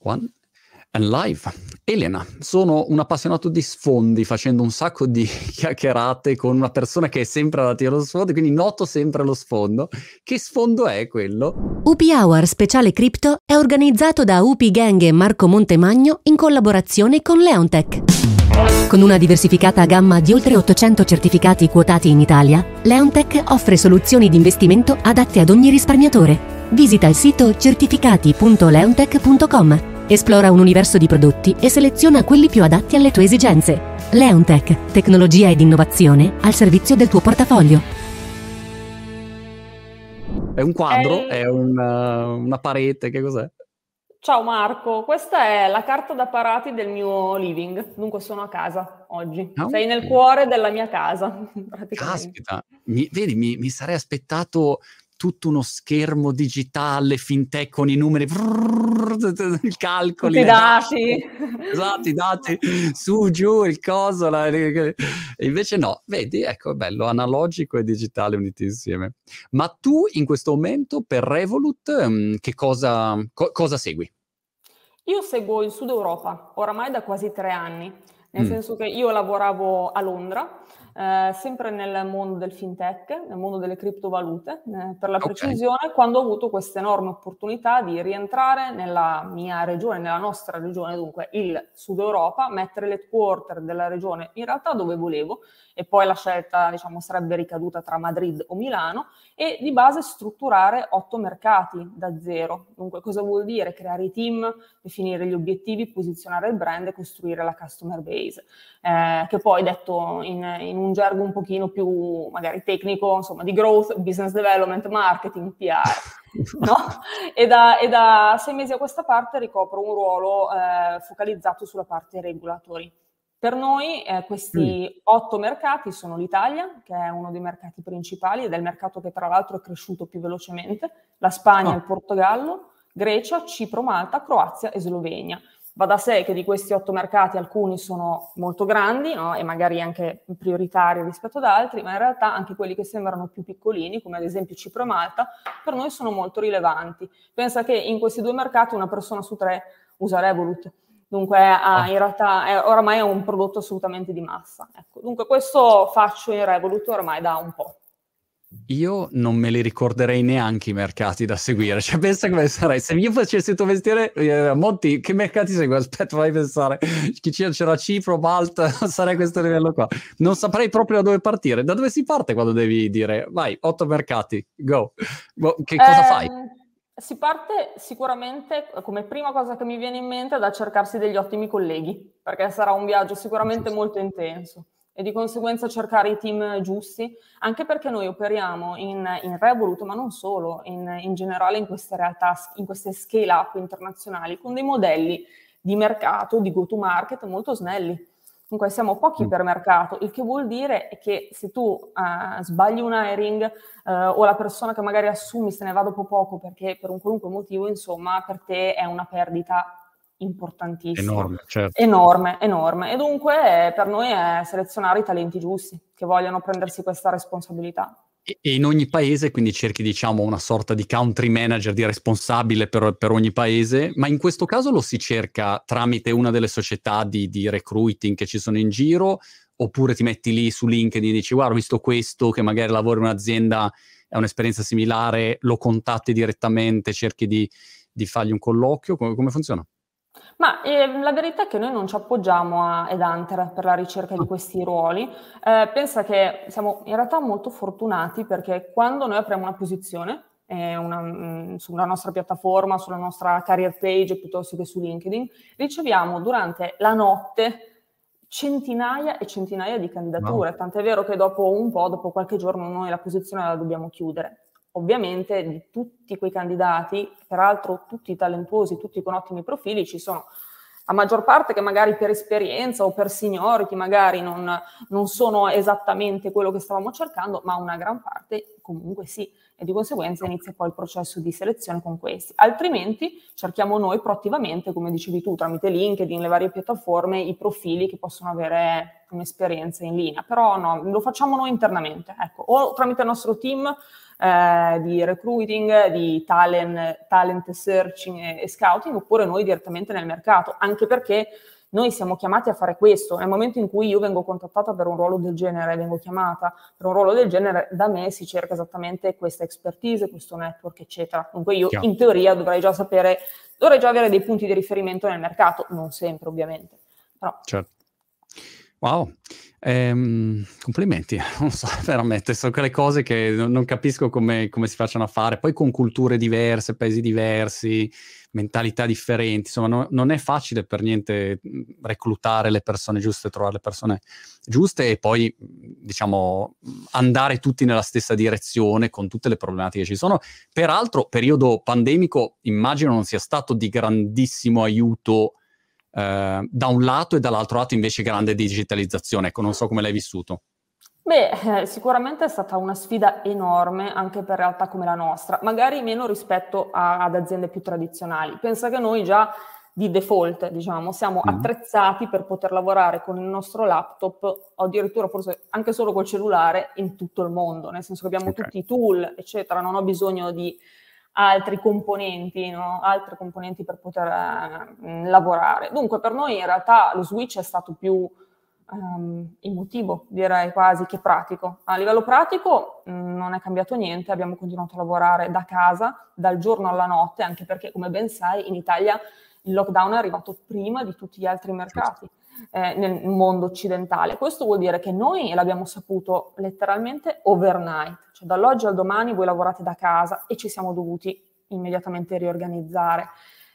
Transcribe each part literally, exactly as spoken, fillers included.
One and live. Elena, sono un appassionato di sfondi, facendo un sacco di chiacchierate con una persona che è sempre davanti allo sfondo, quindi noto sempre lo sfondo. Che sfondo è quello? U P Hour Speciale Crypto è organizzato da U P Gang e Marco Montemagno in collaborazione con Leontech. Con una diversificata gamma di oltre ottocento certificati quotati in Italia, Leontech offre soluzioni di investimento adatte ad ogni risparmiatore. Visita il sito certificati punto leontech punto com. Esplora un universo di prodotti e seleziona quelli più adatti alle tue esigenze. Leontech, tecnologia ed innovazione al servizio del tuo portafoglio. È un quadro? È, è una, una parete? Che cos'è? Ciao Marco, questa è la carta da parati del mio living, dunque sono a casa oggi. Ah, Sei okay. nel cuore della mia casa, praticamente. Caspita, mi, vedi, mi, mi sarei aspettato tutto uno schermo digitale, fintech con i numeri, il calcolo, Tutti i dati. Esatto, i dati, su, giù, il coso. La, e invece no, vedi, ecco, è bello, analogico e digitale uniti insieme. Ma tu in questo momento per Revolut che cosa, co- cosa segui? Io seguo il Sud Europa, oramai da quasi tre anni, nel Mm. senso che io lavoravo a Londra, eh, sempre nel mondo del fintech, nel mondo delle criptovalute, eh, per la Ok. precisione, quando ho avuto questa enorme opportunità di rientrare nella mia regione, nella nostra regione, dunque il Sud Europa, mettere l'headquarter della regione in realtà dove volevo, e poi la scelta, diciamo, sarebbe ricaduta tra Madrid o Milano, e di base strutturare otto mercati da zero. Dunque cosa vuol dire? Creare i team, definire gli obiettivi, posizionare il brand e costruire la customer base, eh, che poi detto in, in un gergo un pochino più magari tecnico, insomma, di growth, business development, marketing, P R. No? E, da, e da sei mesi a questa parte ricopro un ruolo eh, focalizzato sulla parte regolatory. Per noi eh, questi mm. otto mercati sono l'Italia, che è uno dei mercati principali ed è il mercato che tra l'altro è cresciuto più velocemente, la Spagna, oh. il Portogallo, Grecia, Cipro, Malta, Croazia e Slovenia. Va da sé che di questi otto mercati alcuni sono molto grandi, no? E magari anche prioritari rispetto ad altri, ma in realtà anche quelli che sembrano più piccolini, come ad esempio Cipro e Malta, per noi sono molto rilevanti. Pensa che in questi due mercati una persona su tre usa Revolut. Dunque ah, in realtà è, oramai è un prodotto assolutamente di massa. Ecco. Dunque questo faccio in Revolut oramai da un po'. Io non me li ricorderei neanche i mercati da seguire, cioè pensa come sarei, se io facessi il tuo mestiere, eh, Monti, che mercati segui? Aspetta, vai a pensare, c'era Cipro, Malta, sarei a questo livello qua, non saprei proprio da dove partire. Da dove si parte quando devi dire, vai, otto mercati, go, che cosa eh, fai? Si parte sicuramente, come prima cosa che mi viene in mente, da cercarsi degli ottimi colleghi, perché sarà un viaggio sicuramente molto intenso. E di conseguenza cercare i team giusti, anche perché noi operiamo in, in Revolut, ma non solo, in, in generale in queste realtà, in queste scale-up internazionali, con dei modelli di mercato, di go-to-market molto snelli. Dunque siamo pochi mm. per mercato, il che vuol dire è che se tu uh, sbagli un hiring uh, o la persona che magari assumi se ne va dopo poco perché per un qualunque motivo, insomma, per te è una perdita importantissimo. Enorme, certo. Enorme, enorme. E dunque eh, per noi è selezionare i talenti giusti che vogliono prendersi questa responsabilità. E, e in ogni paese quindi cerchi, diciamo, una sorta di country manager, di responsabile per, per ogni paese, ma in questo caso lo si cerca tramite una delle società di, di recruiting che ci sono in giro, oppure ti metti lì su LinkedIn e dici guarda, ho visto questo che magari lavora in un'azienda, è un'esperienza similare, lo contatti direttamente, cerchi di, di fargli un colloquio, come, come funziona? Ma eh, la verità è che noi non ci appoggiamo a Headhunter per la ricerca di questi ruoli. Eh, pensa che siamo in realtà molto fortunati perché quando noi apriamo una posizione eh, una, mh, sulla nostra piattaforma, sulla nostra career page piuttosto che su LinkedIn, riceviamo durante la notte centinaia e centinaia di candidature. Wow. Tant'è vero che dopo un po', dopo qualche giorno, noi la posizione la dobbiamo chiudere. Ovviamente di tutti quei candidati, peraltro tutti talentuosi, tutti con ottimi profili, ci sono la maggior parte che magari per esperienza o per seniority magari non, non sono esattamente quello che stavamo cercando, ma una gran parte comunque sì, e di conseguenza inizia poi il processo di selezione con questi. Altrimenti cerchiamo noi proattivamente, come dicevi tu, tramite LinkedIn, le varie piattaforme, i profili che possono avere un'esperienza in linea, però no, lo facciamo noi internamente, ecco, o tramite il nostro team eh, di recruiting, di talent, talent searching e, e scouting, oppure noi direttamente nel mercato, anche perché noi siamo chiamati a fare questo. Nel momento in cui io vengo contattata per un ruolo del genere, vengo chiamata per un ruolo del genere, da me si cerca esattamente questa expertise, questo network, eccetera. Dunque io Chiaro. in teoria dovrei già sapere, dovrei già avere dei punti di riferimento nel mercato, non sempre ovviamente. Però. Certo. Wow, ehm, complimenti, non so, veramente, sono quelle cose che non, non capisco come, come si facciano a fare, poi con culture diverse, paesi diversi, mentalità differenti, insomma no, non è facile per niente reclutare le persone giuste, trovare le persone giuste e poi, diciamo, andare tutti nella stessa direzione con tutte le problematiche che ci sono. Peraltro, periodo pandemico, immagino non sia stato di grandissimo aiuto Uh, da un lato e dall'altro lato invece grande digitalizzazione. Ecco, non so come l'hai vissuto. Beh, eh, sicuramente è stata una sfida enorme anche per realtà come la nostra, magari meno rispetto a, ad aziende più tradizionali. Pensa che noi già di default, diciamo, siamo mm. attrezzati per poter lavorare con il nostro laptop o addirittura forse anche solo col cellulare in tutto il mondo, nel senso che abbiamo okay. tutti i tool, eccetera, non ho bisogno di altri componenti, no? altri componenti per poter eh, lavorare. Dunque per noi in realtà lo switch è stato più um, emotivo, direi quasi, che pratico. A livello pratico mh, non è cambiato niente, abbiamo continuato a lavorare da casa, dal giorno alla notte, anche perché, come ben sai, in Italia il lockdown è arrivato prima di tutti gli altri mercati eh, nel mondo occidentale. Questo vuol dire che noi l'abbiamo saputo letteralmente overnight. Cioè, dall'oggi al domani voi lavorate da casa e ci siamo dovuti immediatamente riorganizzare.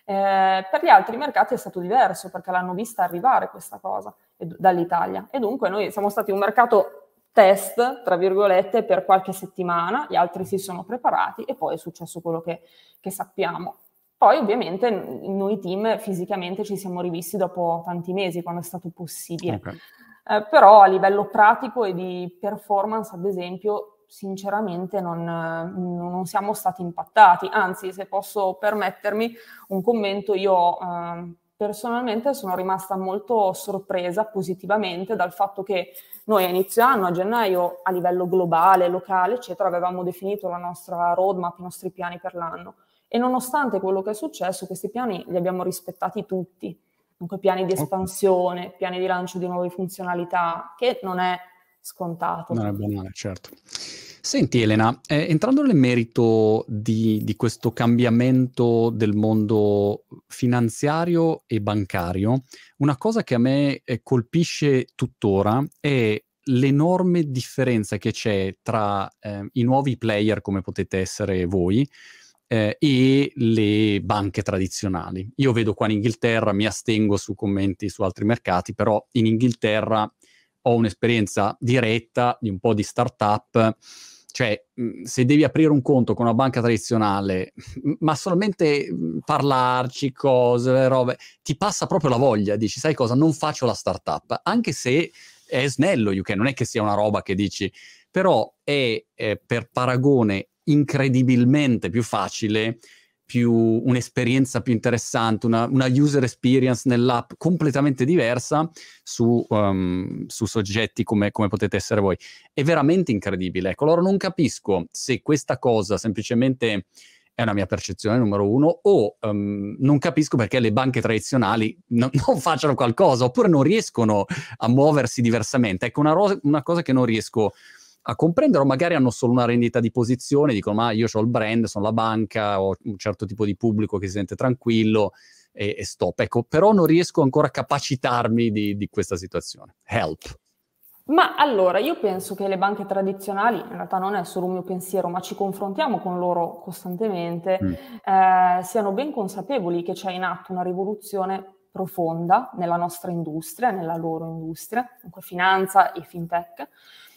Eh, per gli altri mercati è stato diverso perché l'hanno vista arrivare questa cosa ed, dall'Italia e dunque noi siamo stati un mercato test, tra virgolette, per qualche settimana, gli altri si sono preparati e poi è successo quello che, che sappiamo. Poi ovviamente noi team fisicamente ci siamo rivisti dopo tanti mesi quando è stato possibile. Okay. Eh, però a livello pratico e di performance, ad esempio, sinceramente non, non siamo stati impattati, anzi, se posso permettermi un commento, io eh, personalmente sono rimasta molto sorpresa positivamente dal fatto che noi a inizio anno, a gennaio, a livello globale, locale, eccetera, avevamo definito la nostra roadmap, i nostri piani per l'anno e nonostante quello che è successo, questi piani li abbiamo rispettati tutti, dunque piani di espansione, piani di lancio di nuove funzionalità, che non è scontato. Non è banale, certo. Senti Elena, eh, entrando nel merito di, di questo cambiamento del mondo finanziario e bancario, una cosa che a me eh, colpisce tuttora è l'enorme differenza che c'è tra eh, i nuovi player, come potete essere voi, eh, e le banche tradizionali. Io vedo qua in Inghilterra, mi astengo su commenti su altri mercati, però in Inghilterra ho un'esperienza diretta di un po' di startup, cioè se devi aprire un conto con una banca tradizionale, ma solamente parlarci, cose, robe, ti passa proprio la voglia, dici, sai cosa, non faccio la startup, anche se è snello U K, non è che sia una roba che dici, però è eh, per paragone incredibilmente più facile, più un'esperienza più interessante, una, una user experience nell'app completamente diversa su, um, su soggetti come, come potete essere voi. È veramente incredibile. Ecco, allora non capisco se questa cosa semplicemente è una mia percezione, numero uno, o um, non capisco perché le banche tradizionali no, non facciano qualcosa, oppure non riescono a muoversi diversamente. Ecco, una, ro- una cosa che non riesco a comprendere, o magari hanno solo una rendita di posizione, dicono ma io ho il brand, sono la banca, ho un certo tipo di pubblico che si sente tranquillo e, e stop. Ecco, però non riesco ancora a capacitarmi di, di questa situazione. Help. Ma allora, io penso che le banche tradizionali, in realtà non è solo un mio pensiero, ma ci confrontiamo con loro costantemente, mm. eh, siano ben consapevoli che c'è in atto una rivoluzione profonda nella nostra industria, nella loro industria, dunque finanza e fintech,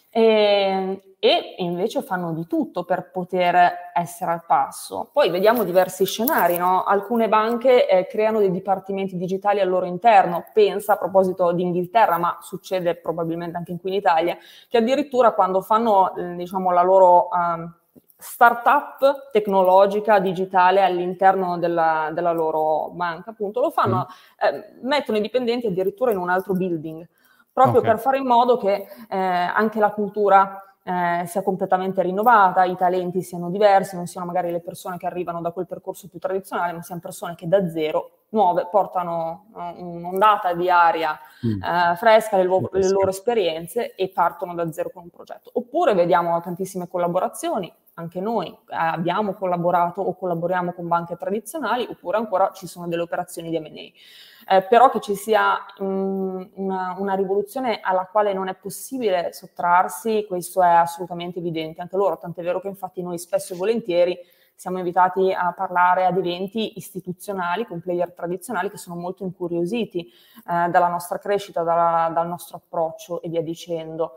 E, e invece fanno di tutto per poter essere al passo. Poi vediamo diversi scenari, no? Alcune banche eh, creano dei dipartimenti digitali al loro interno. Pensa, a proposito di Inghilterra, ma succede probabilmente anche qui in Italia, che addirittura quando fanno eh, diciamo la loro um, startup tecnologica digitale all'interno della, della loro banca, appunto, lo fanno, mm. eh, mettono i dipendenti addirittura in un altro building, proprio okay. per fare in modo che eh, anche la cultura eh, sia completamente rinnovata, i talenti siano diversi, non siano magari le persone che arrivano da quel percorso più tradizionale, ma siano persone che da zero, nuove, portano uh, un'ondata di aria mm. uh, fresca, le, lo- le loro esperienze e partono da zero con un progetto. Oppure vediamo tantissime collaborazioni, anche noi eh, abbiamo collaborato o collaboriamo con banche tradizionali, oppure ancora ci sono delle operazioni di M and A. Eh, però che ci sia mh, una, una rivoluzione alla quale non è possibile sottrarsi, questo è assolutamente evidente, anche loro, tant'è vero che infatti noi spesso e volentieri siamo invitati a parlare ad eventi istituzionali con player tradizionali che sono molto incuriositi eh, dalla nostra crescita, dalla, dal nostro approccio e via dicendo.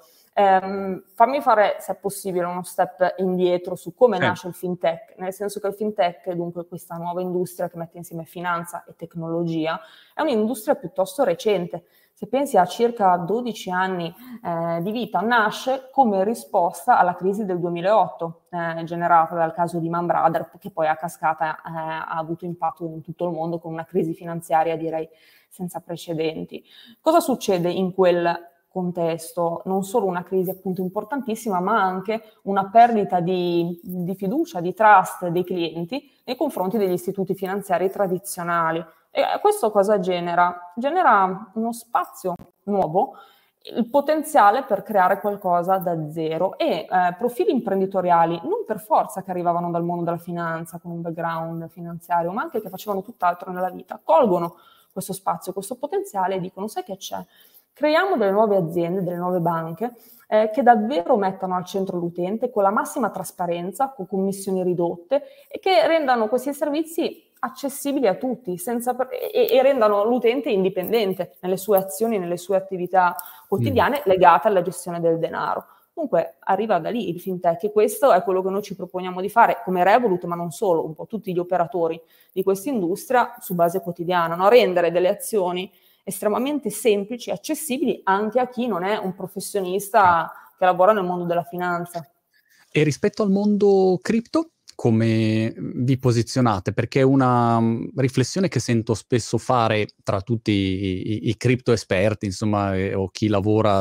Um, fammi fare, se è possibile, uno step indietro su come sì. nasce il fintech, nel senso che il fintech, dunque questa nuova industria che mette insieme finanza e tecnologia, è un'industria piuttosto recente. Se pensi a circa dodici anni eh, di vita, nasce come risposta alla crisi del duemilaotto, eh, generata dal caso di Man Brothers, che poi a cascata eh, ha avuto impatto in tutto il mondo con una crisi finanziaria, direi, senza precedenti. Cosa succede in quel contesto? Non solo una crisi appunto importantissima, ma anche una perdita di, di fiducia, di trust dei clienti nei confronti degli istituti finanziari tradizionali. E questo cosa genera? Genera uno spazio nuovo, il potenziale per creare qualcosa da zero e eh, profili imprenditoriali, non per forza che arrivavano dal mondo della finanza con un background finanziario, ma anche che facevano tutt'altro nella vita, colgono questo spazio, questo potenziale e dicono: sai che c'è? Creiamo delle nuove aziende, delle nuove banche eh, che davvero mettano al centro l'utente con la massima trasparenza, con commissioni ridotte e che rendano questi servizi accessibili a tutti senza per- e, e rendano l'utente indipendente nelle sue azioni, nelle sue attività quotidiane mm. legate alla gestione del denaro. Dunque arriva da lì il fintech e questo è quello che noi ci proponiamo di fare come Revolut, ma non solo, un po' tutti gli operatori di questa industria su base quotidiana, no? Rendere delle azioni estremamente semplici, accessibili anche a chi non è un professionista che lavora nel mondo della finanza. E rispetto al mondo cripto, come vi posizionate? Perché è una um, riflessione che sento spesso fare tra tutti i, i, i cripto esperti, insomma, eh, o chi lavora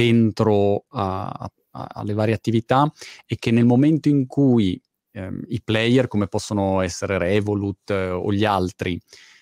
dentro a, a, alle varie attività, è che nel momento in cui ehm, i player, come possono essere Revolut eh, o gli altri,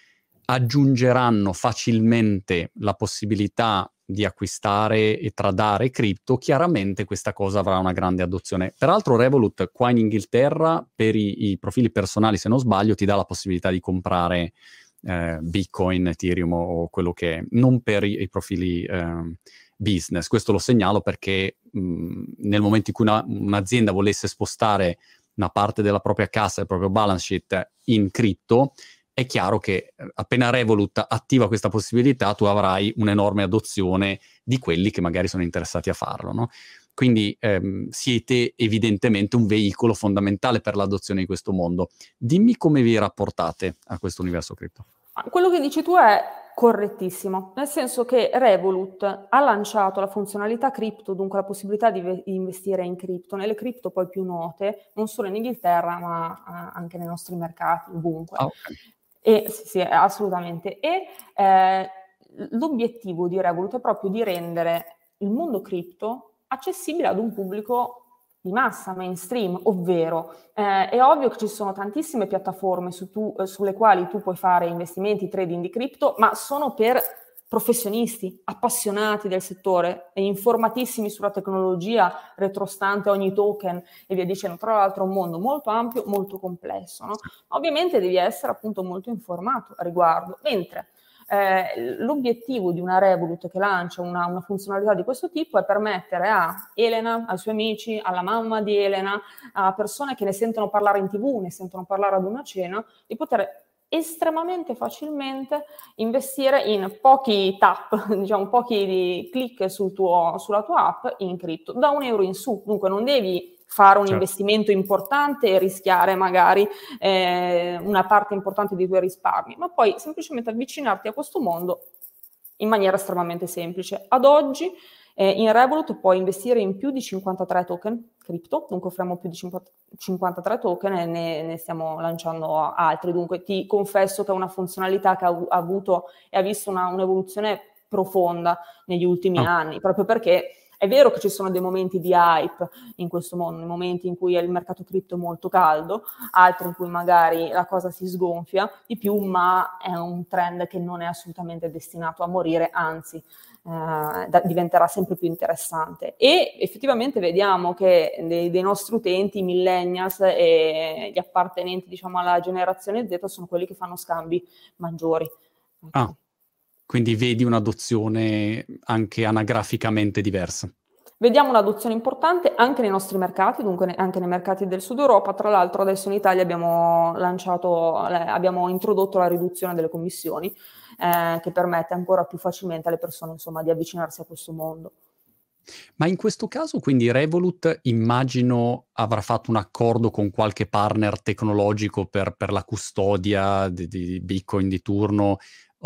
aggiungeranno facilmente la possibilità di acquistare e tradare cripto, chiaramente questa cosa avrà una grande adozione. Peraltro Revolut qua in Inghilterra, per i, i profili personali, se non sbaglio, ti dà la possibilità di comprare eh, Bitcoin, Ethereum o quello che è, non per i, i profili eh, business. Questo lo segnalo perché mh, nel momento in cui una, un'azienda volesse spostare una parte della propria cassa, del proprio balance sheet in cripto, è chiaro che appena Revolut attiva questa possibilità tu avrai un'enorme adozione di quelli che magari sono interessati a farlo, no? Quindi ehm, siete evidentemente un veicolo fondamentale per l'adozione di questo mondo. Dimmi come vi rapportate a questo universo cripto. Quello che dici tu è correttissimo, nel senso che Revolut ha lanciato la funzionalità cripto, dunque la possibilità di, ve- di investire in cripto, nelle cripto poi più note, non solo in Inghilterra ma uh, anche nei nostri mercati, ovunque. Ah, okay. E, sì, sì, assolutamente. E eh, l'obiettivo di Revolut è proprio di rendere il mondo cripto accessibile ad un pubblico di massa, mainstream, ovvero eh, è ovvio che ci sono tantissime piattaforme su tu, eh, sulle quali tu puoi fare investimenti, trading di cripto, ma sono per professionisti, appassionati del settore e informatissimi sulla tecnologia retrostante ogni token e via dicendo. Tra l'altro è un mondo molto ampio, molto complesso, no? Ovviamente devi essere appunto molto informato a riguardo, mentre eh, l'obiettivo di una Revolut che lancia una, una funzionalità di questo tipo è permettere a Elena, ai suoi amici, alla mamma di Elena, a persone che ne sentono parlare in tv, ne sentono parlare ad una cena, di poter estremamente facilmente investire in pochi tap, diciamo pochi click sul tuo, sulla tua app in cripto, da un euro in su. Dunque non devi fare un certo. investimento importante e rischiare magari eh, una parte importante dei tuoi risparmi, ma poi semplicemente avvicinarti a questo mondo in maniera estremamente semplice. Ad oggi eh, in Revolut puoi investire in più di cinquantatré token cripto, dunque offriamo più di cinquantatré token e ne, ne stiamo lanciando altri, dunque ti confesso che è una funzionalità che ha, ha avuto e ha visto una, un'evoluzione profonda negli ultimi oh. anni, proprio perché È vero che ci sono dei momenti di hype in questo mondo, nei momenti in cui il mercato cripto è molto caldo, altri in cui magari la cosa si sgonfia di più, ma è un trend che non è assolutamente destinato a morire, anzi eh, da, diventerà sempre più interessante. E effettivamente vediamo che dei, dei nostri utenti, i millennials e gli appartenenti, diciamo, alla generazione Z sono quelli che fanno scambi maggiori. Ah, quindi vedi un'adozione anche anagraficamente diversa. Vediamo un'adozione importante anche nei nostri mercati, dunque ne- anche nei mercati del Sud Europa. Tra l'altro adesso in Italia abbiamo lanciato, eh, abbiamo introdotto la riduzione delle commissioni, eh, che permette ancora più facilmente alle persone, insomma, di avvicinarsi a questo mondo. Ma in questo caso, quindi Revolut, immagino, avrà fatto un accordo con qualche partner tecnologico per, per la custodia di, di Bitcoin di turno, uh,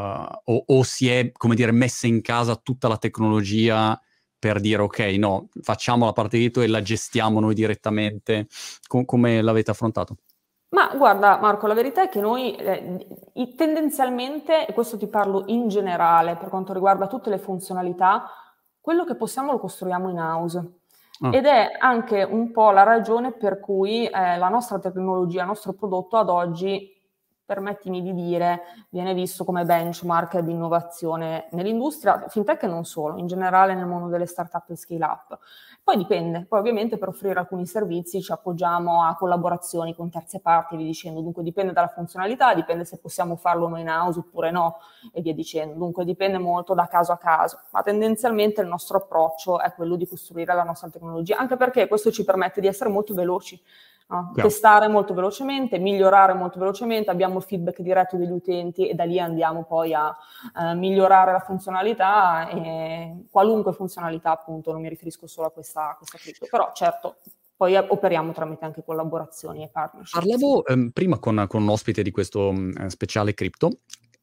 o, o si è, come dire, messa in casa tutta la tecnologia per dire ok, no, facciamo la parte di tu e la gestiamo noi direttamente. Com- come l'avete affrontato? Ma guarda Marco, la verità è che noi eh, i- tendenzialmente, e questo ti parlo in generale per quanto riguarda tutte le funzionalità, quello che possiamo lo costruiamo in house. Ah, Ed è anche un po' la ragione per cui eh, la nostra tecnologia, il nostro prodotto ad oggi, permettimi di dire, viene visto come benchmark di innovazione nell'industria, fintech e non solo, in generale nel mondo delle startup e scale up. Poi dipende, poi ovviamente per offrire alcuni servizi ci appoggiamo a collaborazioni con terze parti e via dicendo, dunque dipende dalla funzionalità, dipende se possiamo farlo noi in house oppure no e via dicendo, dunque dipende molto da caso a caso, ma tendenzialmente il nostro approccio è quello di costruire la nostra tecnologia, anche perché questo ci permette di essere molto veloci, no? Testare molto velocemente, migliorare molto velocemente, abbiamo il feedback diretto degli utenti e da lì andiamo poi a eh, migliorare la funzionalità, e qualunque funzionalità, appunto, non mi riferisco solo a questa, questa cripto, però certo poi operiamo tramite anche collaborazioni e partnership. Parlavo ehm, prima con, con un ospite di questo mh, speciale cripto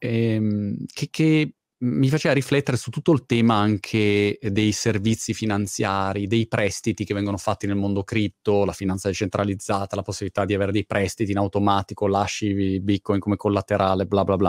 ehm, che, che mi faceva riflettere su tutto il tema anche dei servizi finanziari, dei prestiti che vengono fatti nel mondo cripto, la finanza decentralizzata, la possibilità di avere dei prestiti in automatico, lasci Bitcoin come collaterale, bla bla bla.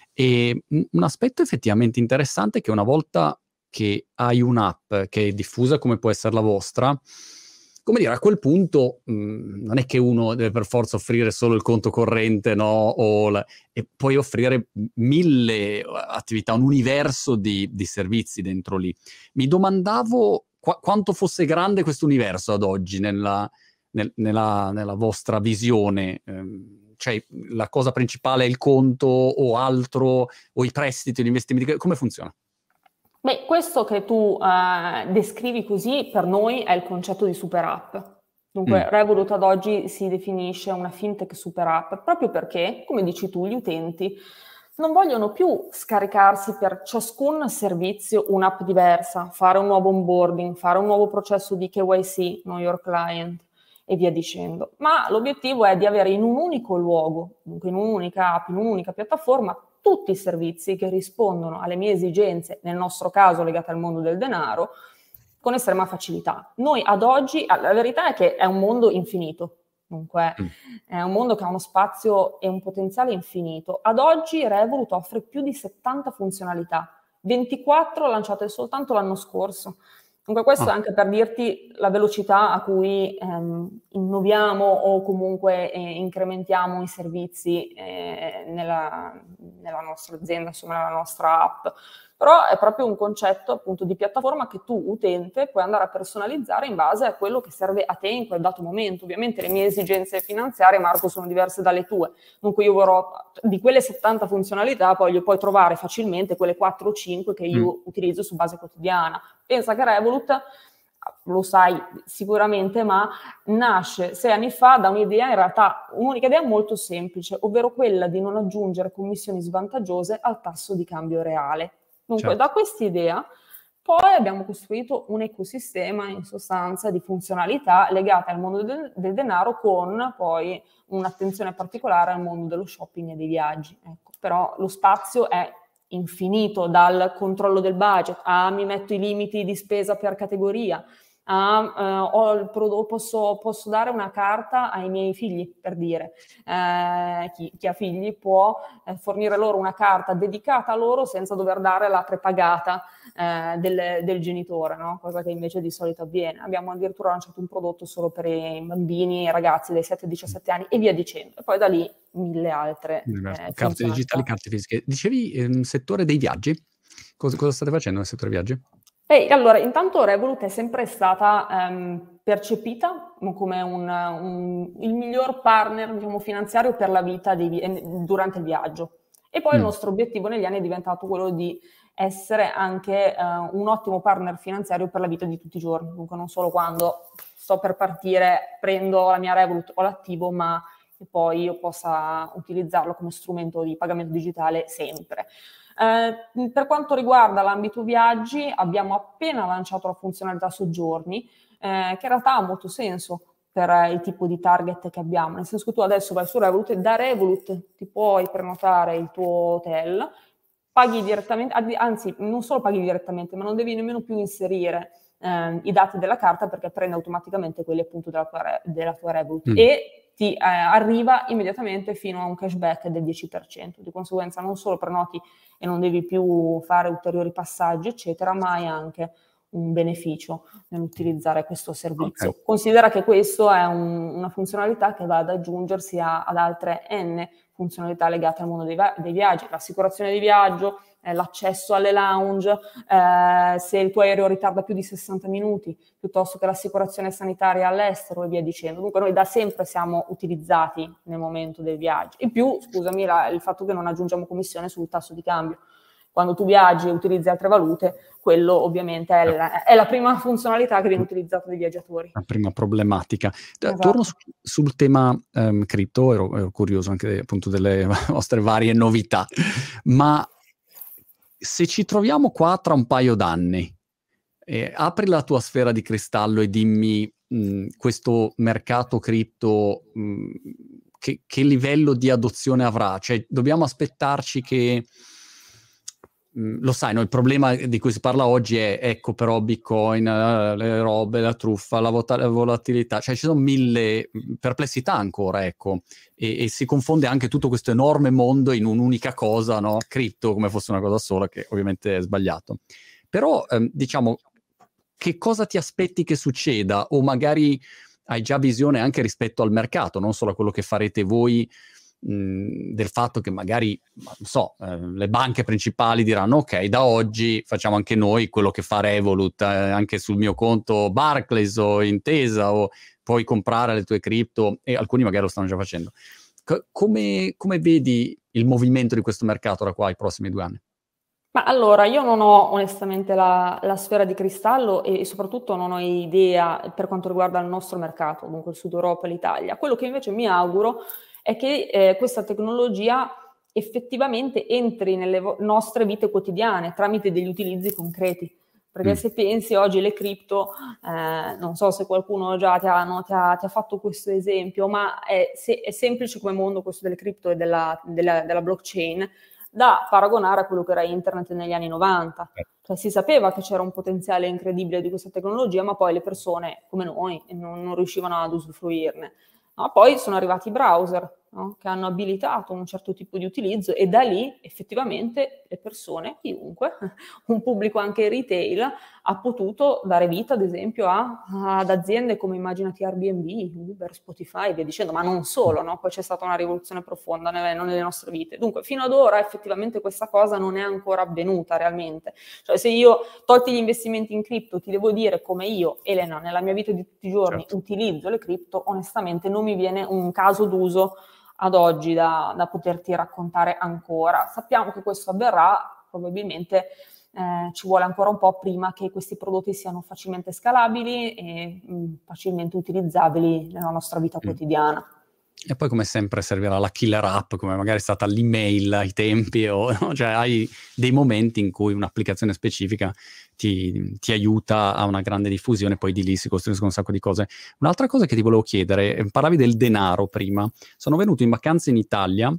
E un un aspetto effettivamente interessante è che una volta che hai un'app che è diffusa come può essere la vostra, come dire, a quel punto mh, non è che uno deve per forza offrire solo il conto corrente, no? O la, e puoi offrire mille attività, un universo di, di servizi dentro lì. Mi domandavo qua, quanto fosse grande questo universo ad oggi nella, nel, nella, nella vostra visione. Ehm, cioè, la cosa principale è il conto o altro, o i prestiti, gli investimenti, come funziona? Beh, questo che tu eh, descrivi così per noi è il concetto di super app. Dunque, Mm. Revolut ad oggi si definisce una fintech super app proprio perché, come dici tu, gli utenti non vogliono più scaricarsi per ciascun servizio un'app diversa, fare un nuovo onboarding, fare un nuovo processo di K Y C, Know Your Client, e via dicendo. Ma l'obiettivo è di avere in un unico luogo, dunque in un'unica app, in un'unica piattaforma, tutti i servizi che rispondono alle mie esigenze, nel nostro caso legate al mondo del denaro, con estrema facilità. Noi ad oggi, la verità è che è un mondo infinito, dunque Mm. è un mondo che ha uno spazio e un potenziale infinito. Ad oggi Revolut offre più di settanta funzionalità, ventiquattro lanciate soltanto l'anno scorso. Dunque questo Ah. è anche per dirti la velocità a cui ehm, innoviamo o comunque eh, incrementiamo i servizi eh, nella, nella nostra azienda, insomma nella nostra app. Però è proprio un concetto appunto di piattaforma che tu, utente, puoi andare a personalizzare in base a quello che serve a te in quel dato momento. Ovviamente le mie esigenze finanziarie, Marco, sono diverse dalle tue, dunque io vorrò di quelle settanta funzionalità, voglio poi trovare facilmente quelle quattro o cinque che io mm. utilizzo su base quotidiana. Pensa che Revolut, lo sai sicuramente, ma nasce sei anni fa da un'idea, in realtà un'unica idea molto semplice, ovvero quella di non aggiungere commissioni svantaggiose al tasso di cambio reale. Dunque, certo, da questa idea poi abbiamo costruito un ecosistema in sostanza di funzionalità legate al mondo del, del denaro, con poi un'attenzione particolare al mondo dello shopping e dei viaggi. Ecco, però lo spazio è infinito, dal controllo del budget a mi metto i limiti di spesa per categoria, a eh, ho il prodotto, posso, posso dare una carta ai miei figli, per dire. Eh, chi, chi ha figli può eh, fornire loro una carta dedicata a loro senza dover dare la prepagata eh, del, del genitore, no? Cosa che invece di solito avviene. Abbiamo addirittura lanciato un prodotto solo per i bambini e ragazzi dai sette ai diciassette anni e via dicendo. E poi da lì mille altre eh, carte digitali, carte fisiche. Dicevi ehm, settore dei viaggi? Cosa, cosa state facendo nel settore viaggi? E allora, intanto Revolut è sempre stata ehm, percepita come un, un, il miglior partner, diciamo, finanziario per la vita dei, durante il viaggio. E poi mm. il nostro obiettivo negli anni è diventato quello di essere anche eh, un ottimo partner finanziario per la vita di tutti i giorni. Dunque non solo quando sto per partire, prendo la mia Revolut o l'attivo, ma che poi io possa utilizzarlo come strumento di pagamento digitale sempre. Eh, per quanto riguarda l'ambito viaggi, abbiamo appena lanciato la funzionalità soggiorni, eh, che in realtà ha molto senso per eh, il tipo di target che abbiamo, nel senso che tu adesso vai su Revolut e da Revolut ti puoi prenotare il tuo hotel, paghi direttamente, anzi non solo paghi direttamente, ma non devi nemmeno più inserire eh, i dati della carta perché prende automaticamente quelli appunto della tua, della tua Revolut mm. e ti eh, arriva immediatamente fino a un cashback del dieci per cento. Di conseguenza non solo prenoti e non devi più fare ulteriori passaggi, eccetera, ma hai anche un beneficio nell'utilizzare questo servizio. Okay. Considera che questo è un, una funzionalità che va ad aggiungersi a, ad altre N funzionalità legate al mondo dei, dei viaggi, l'assicurazione di viaggio, eh, l'accesso alle lounge, eh, se il tuo aereo ritarda più di sessanta minuti, piuttosto che l'assicurazione sanitaria all'estero e via dicendo. Dunque noi da sempre siamo utilizzati nel momento del viaggio. In più, scusami, la, il fatto che non aggiungiamo commissione sul tasso di cambio. Quando tu viaggi e utilizzi altre valute, quello ovviamente è la, è la prima funzionalità che viene utilizzata dai viaggiatori. La prima problematica. Esatto. Torno su, sul tema um, cripto, ero, ero curioso anche appunto delle vostre varie novità, ma se ci troviamo qua tra un paio d'anni, eh, apri la tua sfera di cristallo e dimmi mh, questo mercato cripto mh, che, che livello di adozione avrà? Cioè dobbiamo aspettarci che... Lo sai, no? Il problema di cui si parla oggi è, ecco però Bitcoin, uh, le robe, la truffa, la, vota- la volatilità, cioè ci sono mille perplessità ancora, ecco, e, e si confonde anche tutto questo enorme mondo in un'unica cosa, no? Cripto come fosse una cosa sola, che ovviamente è sbagliato. Però, ehm, diciamo, che cosa ti aspetti che succeda? O magari hai già visione anche rispetto al mercato, non solo a quello che farete voi, del fatto che magari, non so, eh, le banche principali diranno ok, da oggi facciamo anche noi quello che fa Revolut, eh, anche sul mio conto Barclays o Intesa, o puoi comprare le tue cripto, e alcuni magari lo stanno già facendo. C- come, come vedi il movimento di questo mercato da qua ai prossimi due anni? Ma allora, io non ho onestamente la, la sfera di cristallo e, e soprattutto non ho idea per quanto riguarda il nostro mercato, dunque il Sud Europa e l'Italia. Quello che invece mi auguro è che eh, questa tecnologia effettivamente entri nelle vo- nostre vite quotidiane tramite degli utilizzi concreti. Perché mm. se pensi oggi le cripto, eh, non so se qualcuno già ti ha, no, ti ha, ti ha fatto questo esempio, ma è, se, è semplice come mondo questo delle cripto e della, della, della blockchain, da paragonare a quello che era internet negli anni novanta. Cioè, si sapeva che c'era un potenziale incredibile di questa tecnologia, ma poi le persone come noi non, non riuscivano ad usufruirne. No, poi sono arrivati i browser, no? Che hanno abilitato un certo tipo di utilizzo e da lì effettivamente le persone, chiunque, un pubblico anche retail, ha potuto dare vita ad esempio a, ad aziende come immaginati Airbnb, Uber, Spotify e via dicendo, ma non solo, no? Poi c'è stata una rivoluzione profonda nelle, nelle nostre vite. Dunque fino ad ora effettivamente questa cosa non è ancora avvenuta realmente. Cioè se io, tolti gli investimenti in cripto, ti devo dire come io, Elena, nella mia vita di tutti i giorni certo. utilizzo le cripto, onestamente non mi viene un caso d'uso ad oggi da, da poterti raccontare ancora. Sappiamo che questo avverrà, probabilmente eh, ci vuole ancora un po' prima che questi prodotti siano facilmente scalabili e mh, facilmente utilizzabili nella nostra vita quotidiana. E poi come sempre servirà la killer app, come magari è stata l'email ai tempi, o no? Cioè hai dei momenti in cui un'applicazione specifica ti, ti aiuta a una grande diffusione, poi di lì si costruiscono un sacco di cose. Un'altra cosa che ti volevo chiedere, parlavi del denaro prima, sono venuto in vacanza in Italia,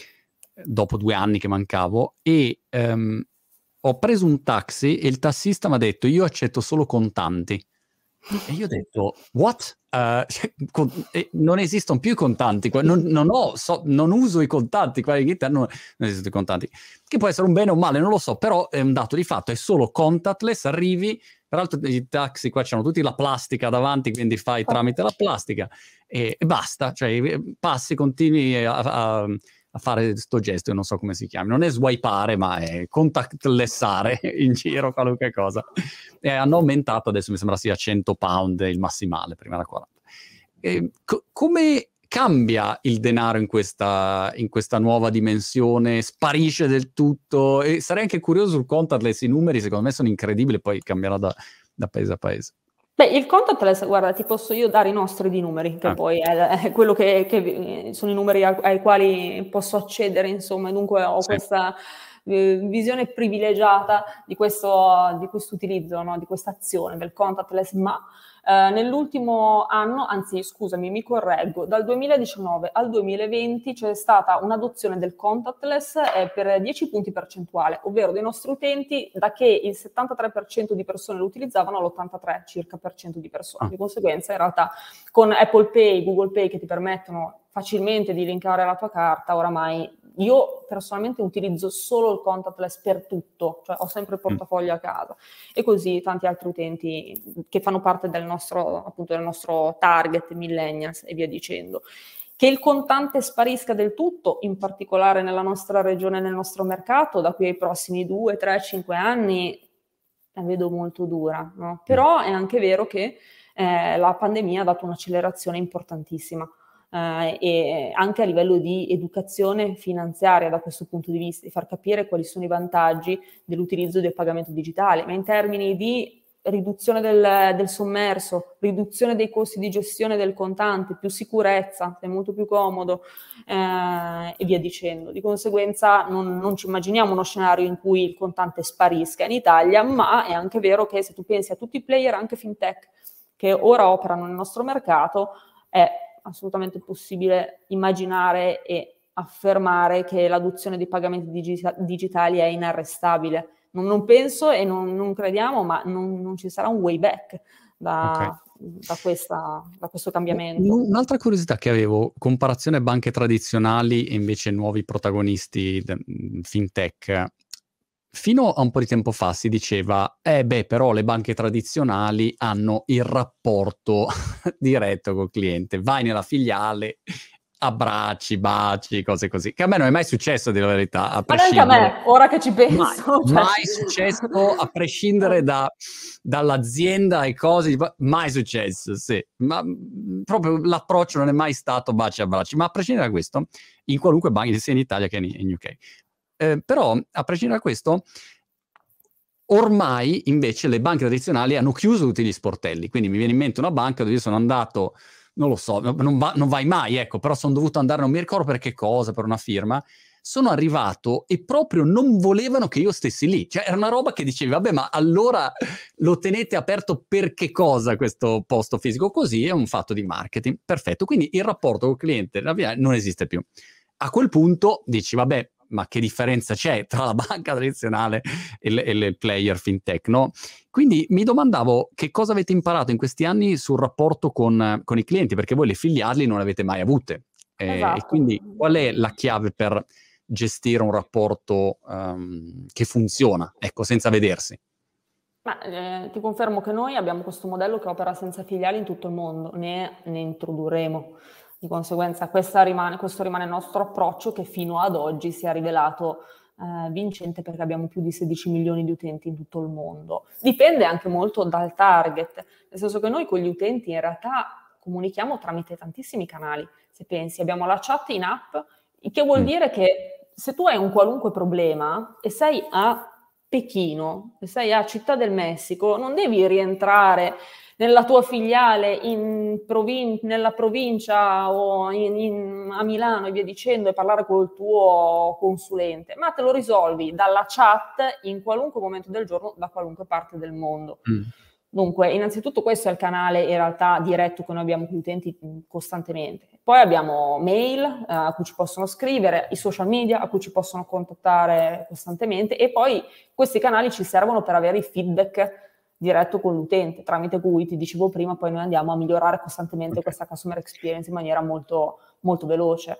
dopo due anni che mancavo, e um, ho preso un taxi e il tassista mi ha detto io accetto solo contanti. E io ho detto, what? Uh, con, eh, non esistono più i contanti, non, non, ho, so, non uso i contanti, qua in Inghilterra non, non esistono i contanti, che può essere un bene o un male, non lo so, però è un dato di fatto, è solo contactless, arrivi, peraltro i taxi qua c'hanno tutti la plastica davanti, quindi fai tramite la plastica e, e basta, cioè passi, continui a, a, a fare sto gesto, io non so come si chiama, non è swipeare, ma è contactlessare in giro qualunque cosa. E hanno aumentato, adesso mi sembra sia cento pound il massimale, prima era quaranta. E co- come cambia il denaro in questa, in questa nuova dimensione? Sparisce del tutto? E sarei anche curioso sul contactless, i numeri secondo me sono incredibili, poi cambierà da, da paese a paese. Beh, il contactless, guarda, ti posso io dare i nostri di numeri, che ah. poi è, è quello che, che sono i numeri ai, ai quali posso accedere, insomma, dunque ho sì. questa eh, visione privilegiata di questo, di questo utilizzo, no? Di questa azione del contactless, ma eh, nell'ultimo anno, anzi scusami, mi correggo, dal duemiladiciannove al duemilaventi c'è stata un'adozione del contactless eh, per dieci punti percentuali, ovvero dei nostri utenti, da che il settantatré per cento di persone lo utilizzavano all'ottantatré circa per cento di persone. Ah. Di conseguenza, in realtà, con Apple Pay, Google Pay, che ti permettono facilmente di linkare la tua carta, oramai io personalmente utilizzo solo il contactless per tutto, cioè ho sempre il portafoglio mm. a casa, e così tanti altri utenti che fanno parte del nostro, appunto, del nostro target millennials e via dicendo. Che il contante sparisca del tutto, in particolare nella nostra regione, nel nostro mercato, da qui ai prossimi due, tre, cinque anni, la vedo molto dura, no? Però è anche vero che eh, la pandemia ha dato un'accelerazione importantissima. Uh, e anche a livello di educazione finanziaria da questo punto di vista, di far capire quali sono i vantaggi dell'utilizzo del pagamento digitale, ma in termini di riduzione del, del sommerso, riduzione dei costi di gestione del contante, più sicurezza, è molto più comodo eh, e via dicendo. Di conseguenza non, non ci immaginiamo uno scenario in cui il contante sparisca in Italia, ma è anche vero che se tu pensi a tutti i player, anche fintech, che ora operano nel nostro mercato, è assolutamente possibile immaginare e affermare che l'adozione dei pagamenti digita- digitali è inarrestabile. Non, non penso e non, non crediamo, ma non, non ci sarà un way back da, okay. da, questa, da questo cambiamento. Un'altra curiosità che avevo, comparazione banche tradizionali e invece nuovi protagonisti fintech. Fino a un po' di tempo fa si diceva, eh beh, però le banche tradizionali hanno il rapporto diretto col cliente, vai nella filiale, abbracci, baci, cose così, che a me non è mai successo, a dire la verità, a prescindere. Ma anche a me, ora che ci penso. Mai, cioè... mai successo, a prescindere da, dall'azienda e cose, mai successo, sì, ma proprio l'approccio non è mai stato baci, abbracci, ma a prescindere da questo, in qualunque banca, sia in Italia che in, in U K. Eh, però, a prescindere da questo, ormai invece le banche tradizionali hanno chiuso tutti gli sportelli, quindi mi viene in mente una banca dove io sono andato, non lo so, non, va, non vai mai, ecco, però sono dovuto andare, non mi ricordo per che cosa, per una firma, sono arrivato e proprio non volevano che io stessi lì, cioè era una roba che dicevi, vabbè, ma allora lo tenete aperto per che cosa questo posto fisico? Così è un fatto di marketing, perfetto, quindi il rapporto col cliente non esiste più. A quel punto dici, vabbè, ma che differenza c'è tra la banca tradizionale e, le, e il player fintech, no? Quindi mi domandavo che cosa avete imparato in questi anni sul rapporto con, con i clienti, perché voi le filiali non le avete mai avute. Eh, esatto. E quindi qual è la chiave per gestire un rapporto um, che funziona, ecco, senza vedersi? Ma, eh, ti confermo che noi abbiamo questo modello che opera senza filiali in tutto il mondo, ne, ne introdurremo. Di conseguenza questa rimane, questo rimane il nostro approccio, che fino ad oggi si è rivelato eh, vincente, perché abbiamo più di sedici milioni di utenti in tutto il mondo. Dipende anche molto dal target, nel senso che noi con gli utenti in realtà comunichiamo tramite tantissimi canali. Se pensi, abbiamo la chat in app, il che vuol mm. dire che se tu hai un qualunque problema e sei a Pechino, e sei a Città del Messico, non devi rientrare nella tua filiale in provin- nella provincia o in, in, a Milano e via dicendo e parlare col tuo consulente, ma te lo risolvi dalla chat in qualunque momento del giorno, da qualunque parte del mondo. Mm. Dunque, innanzitutto questo è il canale in realtà diretto che noi abbiamo con gli utenti costantemente. Poi abbiamo mail eh, a cui ci possono scrivere, i social media a cui ci possono contattare costantemente, e poi questi canali ci servono per avere i feedback diretto con l'utente, tramite cui, ti dicevo prima, poi noi andiamo a migliorare costantemente okay. questa customer experience in maniera molto, molto veloce.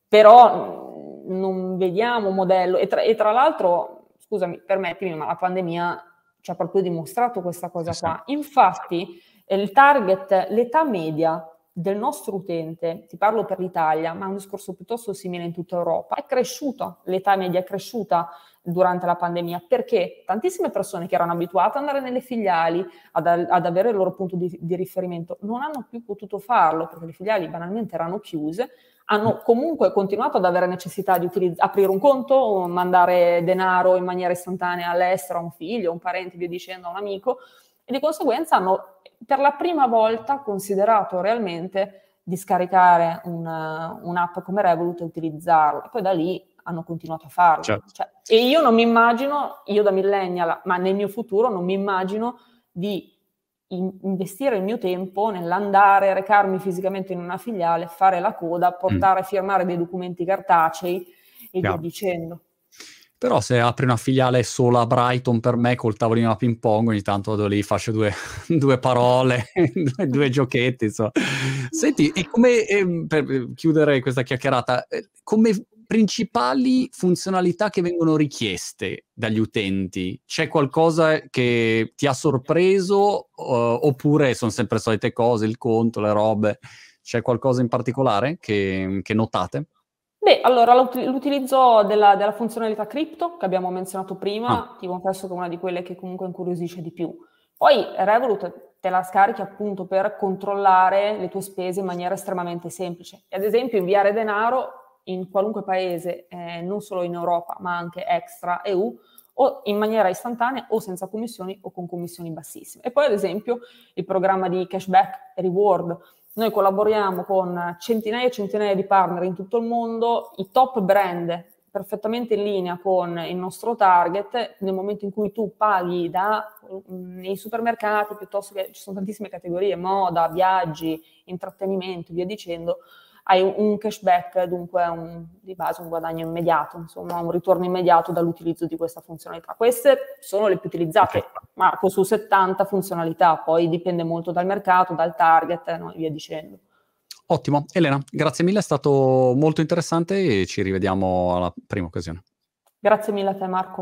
Però mh, non vediamo un modello, e tra, e tra l'altro, scusami, permettimi, ma la pandemia ci ha proprio dimostrato questa cosa sì, qua. Sì. Infatti, il target, l'età media del nostro utente, ti parlo per l'Italia, ma è un discorso piuttosto simile in tutta Europa, è cresciuta, l'età media è cresciuta durante la pandemia, perché tantissime persone che erano abituate ad andare nelle filiali, ad, ad avere il loro punto di, di riferimento, non hanno più potuto farlo, perché le filiali banalmente erano chiuse, hanno comunque continuato ad avere necessità di utilizz- aprire un conto, o mandare denaro in maniera istantanea all'estero a un figlio, a un parente, via dicendo, a un amico, e di conseguenza hanno per la prima volta considerato realmente di scaricare una, un'app come Revolut e utilizzarla. E poi da lì hanno continuato a farlo. Certo. Cioè, e io non mi immagino, io da millennial, ma nel mio futuro non mi immagino di in, investire il mio tempo nell'andare, recarmi fisicamente in una filiale, fare la coda, portare a mm. firmare dei documenti cartacei e Chiaro. Via dicendo. Però se apri una filiale solo a Brighton per me col tavolino a ping pong, ogni tanto vado lì, faccio due, due parole, due, due giochetti, insomma. Senti, e come, eh, per chiudere questa chiacchierata, eh, come principali funzionalità che vengono richieste dagli utenti, c'è qualcosa che ti ha sorpreso uh, oppure sono sempre le solite cose, il conto, le robe? C'è qualcosa in particolare che, che notate? Beh, allora l'utilizzo della, della funzionalità cripto che abbiamo menzionato prima, ah. ti confesso che è una di quelle che comunque incuriosisce di più. Poi Revolut te la scarichi appunto per controllare le tue spese in maniera estremamente semplice. Ad esempio inviare denaro in qualunque paese, eh, non solo in Europa ma anche extra E U, o in maniera istantanea o senza commissioni o con commissioni bassissime. E poi ad esempio il programma di cashback e reward. Noi collaboriamo con centinaia e centinaia di partner in tutto il mondo, i top brand perfettamente in linea con il nostro target. Nel momento in cui tu paghi da, nei supermercati, piuttosto che ci sono tantissime categorie, moda, viaggi, intrattenimento, via dicendo, hai un cashback, dunque un, di base un guadagno immediato, insomma un ritorno immediato dall'utilizzo di questa funzionalità. Queste sono le più utilizzate, Marco, su settanta funzionalità, poi dipende molto dal mercato, dal target, no, e via dicendo. Ottimo, Elena, grazie mille, è stato molto interessante e ci rivediamo alla prima occasione. Grazie mille a te, Marco.